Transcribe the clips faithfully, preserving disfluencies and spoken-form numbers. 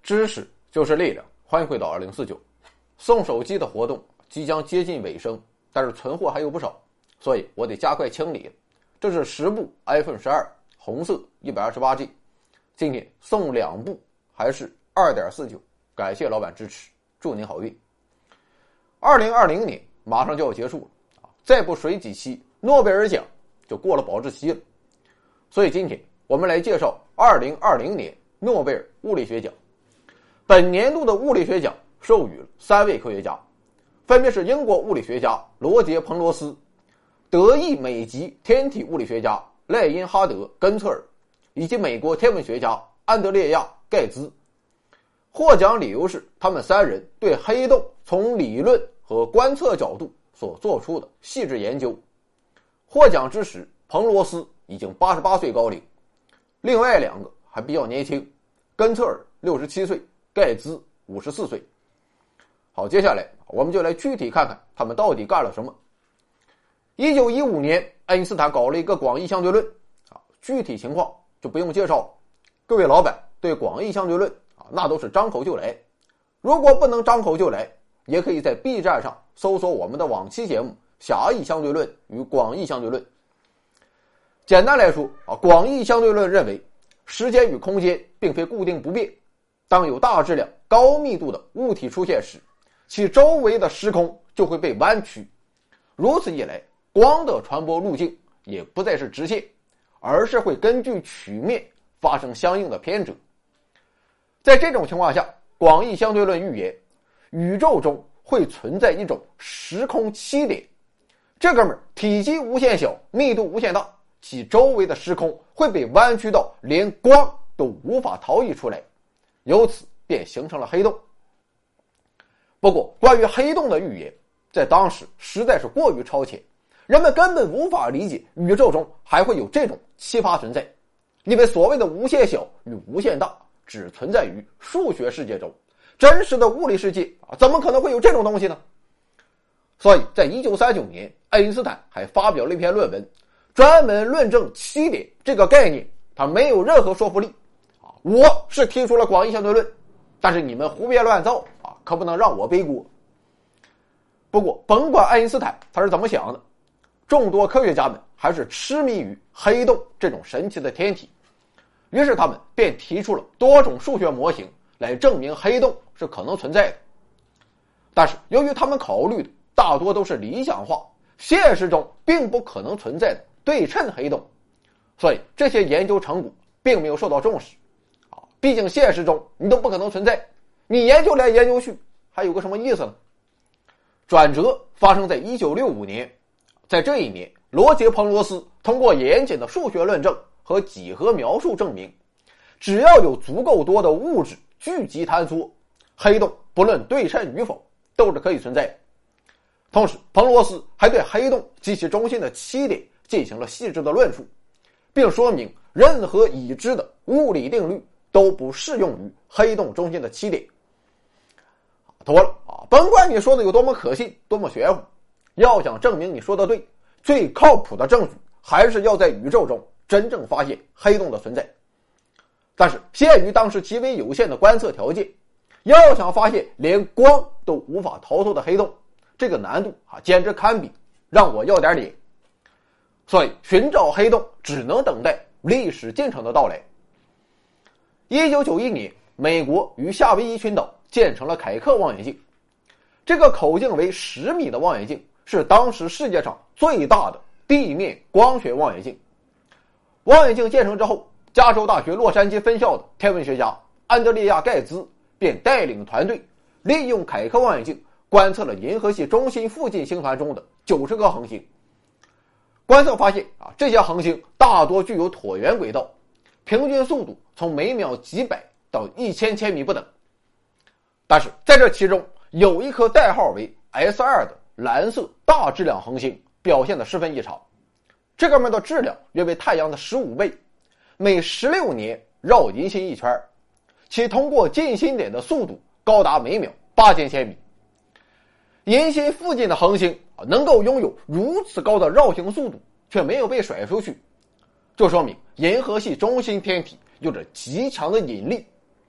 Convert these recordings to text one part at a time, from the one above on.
知识就是力量，欢迎回到二零四九。送手机的活动即将接近尾声，但是存货还有不少，所以我得加快清理。这是十部 iPhone 十二，红色 一百二十八G， 今天送两部，还是 二点四九， 感谢老板支持，祝您好运。二零二零年马上就要结束了，再不水几期诺贝尔奖就过了保质期了。所以今天我们来介绍二零二零年诺贝尔物理学奖。本年度的物理学奖授予了三位科学家，分别是英国物理学家罗杰·彭罗斯、德意美籍天体物理学家赖因哈德·根策尔以及美国天文学家安德烈亚·盖兹。获奖理由是他们三人对黑洞从理论和观测角度所做出的细致研究。获奖之时，彭罗斯已经八十八岁高龄，另外两个还比较年轻，根策尔六十七岁，盖兹五十四岁。好，接下来我们就来具体看看他们到底干了什么。一九一五年，爱因斯坦搞了一个广义相对论啊，具体情况就不用介绍了。各位老板对广义相对论啊，那都是张口就来。如果不能张口就来，也可以在 B 站上搜索我们的往期节目《狭义相对论与广义相对论》。简单来说啊，广义相对论认为时间与空间并非固定不变，当有大质量、高密度的物体出现时，其周围的时空就会被弯曲。如此一来，光的传播路径也不再是直线，而是会根据曲面发生相应的偏折。在这种情况下，广义相对论预言宇宙中会存在一种时空起点，这哥们儿体积无限小，密度无限大，其周围的时空会被弯曲到连光都无法逃逸出来，由此便形成了黑洞。不过关于黑洞的预言在当时实在是过于超前，人们根本无法理解宇宙中还会有这种奇葩存在，因为所谓的无限小与无限大只存在于数学世界中，真实的物理世界啊，怎么可能会有这种东西呢？所以在一九三九年，爱因斯坦还发表了一篇论文，专门论证起点这个概念，它没有任何说服力啊！我是提出了广义相对论，但是你们胡编乱造啊，可不能让我背锅。不过甭管爱因斯坦他是怎么想的，众多科学家们还是痴迷于黑洞这种神奇的天体，于是他们便提出了多种数学模型来证明黑洞是可能存在的。但是由于他们考虑的大多都是理想化，现实中并不可能存在的对称黑洞，所以这些研究成果并没有受到重视啊！毕竟现实中你都不可能存在，你研究来研究去还有个什么意思呢？转折发生在一九六五年，在这一年，罗杰·彭罗斯通过严谨的数学论证和几何描述证明，只要有足够多的物质聚集坍缩，黑洞不论对称与否都是可以存在的。同时，彭罗斯还对黑洞及其中心的起点进行了细致的论述，并说明任何已知的物理定律都不适用于黑洞中心的起点。妥了啊！甭管你说的有多么可信，多么玄乎，要想证明你说的对，最靠谱的证据还是要在宇宙中真正发现黑洞的存在。但是限于当时极为有限的观测条件，要想发现连光都无法逃脱的黑洞，这个难度啊简直堪比让我要点脸。所以寻找黑洞只能等待历史进程的到来。一九九一年，美国与夏威夷群岛建成了凯克望远镜，这个口径为十米的望远镜是当时世界上最大的地面光学望远镜。望远镜建成之后，加州大学洛杉矶分校的天文学家安德烈亚·盖兹便带领团队利用凯克望远镜观测了银河系中心附近星团中的九十个恒星。观测发现啊，这些恒星大多具有椭圆轨道，平均速度从每秒几百到一千千米不等。但是在这其中有一颗代号为 S 二 的蓝色大质量恒星表现得十分异常，这哥们的质量约为太阳的十五倍，每十六年绕银心一圈，其通过近心点的速度高达每秒八千千米。银心附近的恒星能够拥有如此高的绕行速度，却没有被甩出去，就说明银河系中心天体有着极强的引力。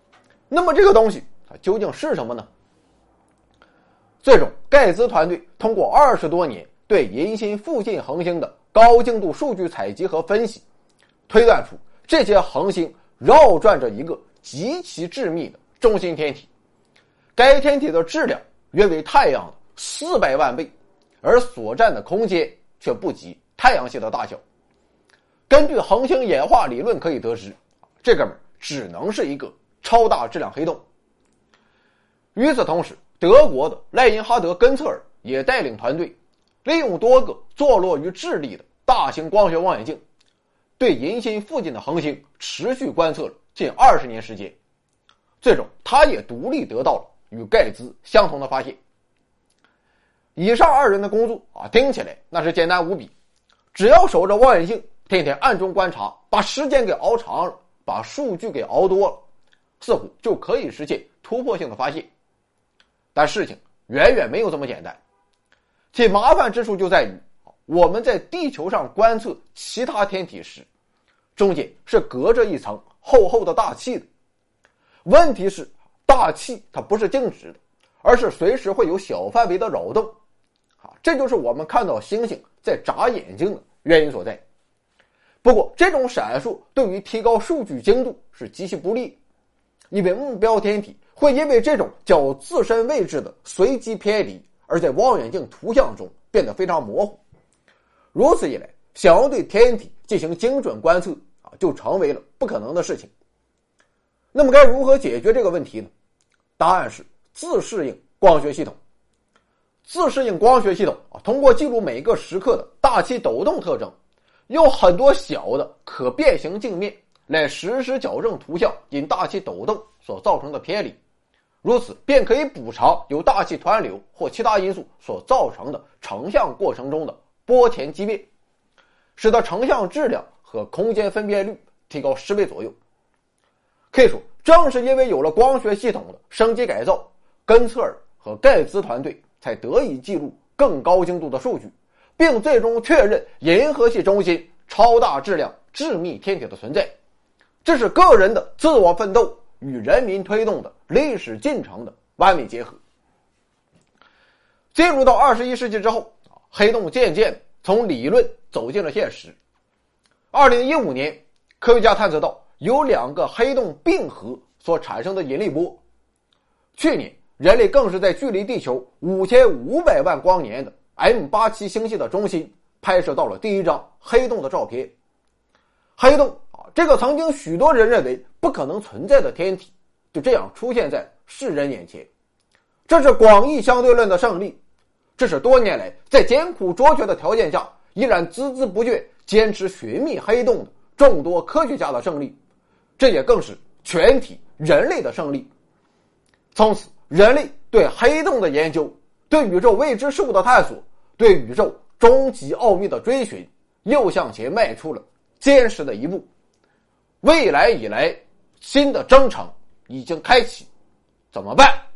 那么这个东西它究竟是什么呢？最终盖茨团队通过二十多年对银星附近恒星的高精度数据采集和分析，推断出这些恒星绕转着一个极其致密的中心天体，该天体的质量约为太阳的四百万倍，而所占的空间却不及太阳系的大小。根据恒星演化理论可以得知，这哥们儿只能是一个超大质量黑洞。与此同时，德国的赖因哈德·根策尔也带领团队，利用多个坐落于智利的大型光学望远镜，对银星附近的恒星持续观测了近二十年时间。最终，他也独立得到了与盖茨相同的发现。以上二人的工作啊，听起来那是简单无比，只要守着望远镜，天天暗中观察，把时间给熬长了，把数据给熬多了，似乎就可以实现突破性的发现。但事情远远没有这么简单，其麻烦之处就在于，我们在地球上观测其他天体时，中间是隔着一层厚厚的大气的。问题是，大气它不是静止的，而是随时会有小范围的扰动。啊，这就是我们看到星星在眨眼睛的原因所在。不过，这种闪烁对于提高数据精度是极其不利，因为目标天体会因为这种较自身位置的随机偏离，而在望远镜图像中变得非常模糊。如此一来，想要对天体进行精准观测啊，就成为了不可能的事情。那么该如何解决这个问题呢？答案是自适应光学系统。自适应光学系统啊，通过记录每个时刻的大气抖动特征，用很多小的可变形镜面来实时矫正图像因大气抖动所造成的偏离，如此便可以补偿由大气湍流或其他因素所造成的成像过程中的波前畸变，使得成像质量和空间分辨率提高十倍左右。可以说，正是因为有了光学系统的升级改造，根策尔和盖茨团队才得以记录更高精度的数据，并最终确认银河系中心超大质量致密天体的存在。这是个人的自我奋斗与人民推动的历史进程的完美结合。进入到二十一世纪之后，黑洞渐渐从理论走进了现实。二零一五年，科学家探测到有两个黑洞并合所产生的引力波。去年，人类更是在距离地球五千五百万光年的 M 八七 星系的中心拍摄到了第一张黑洞的照片。黑洞啊，这个曾经许多人认为不可能存在的天体，就这样出现在世人眼前。这是广义相对论的胜利，这是多年来在艰苦卓绝的条件下依然孜孜不倦坚持寻觅黑洞的众多科学家的胜利，这也更是全体人类的胜利。从此，人类对黑洞的研究，对宇宙未知事物的探索，对宇宙终极奥秘的追寻，又向前迈出了坚实的一步。未来以来，新的征程已经开启，怎么办？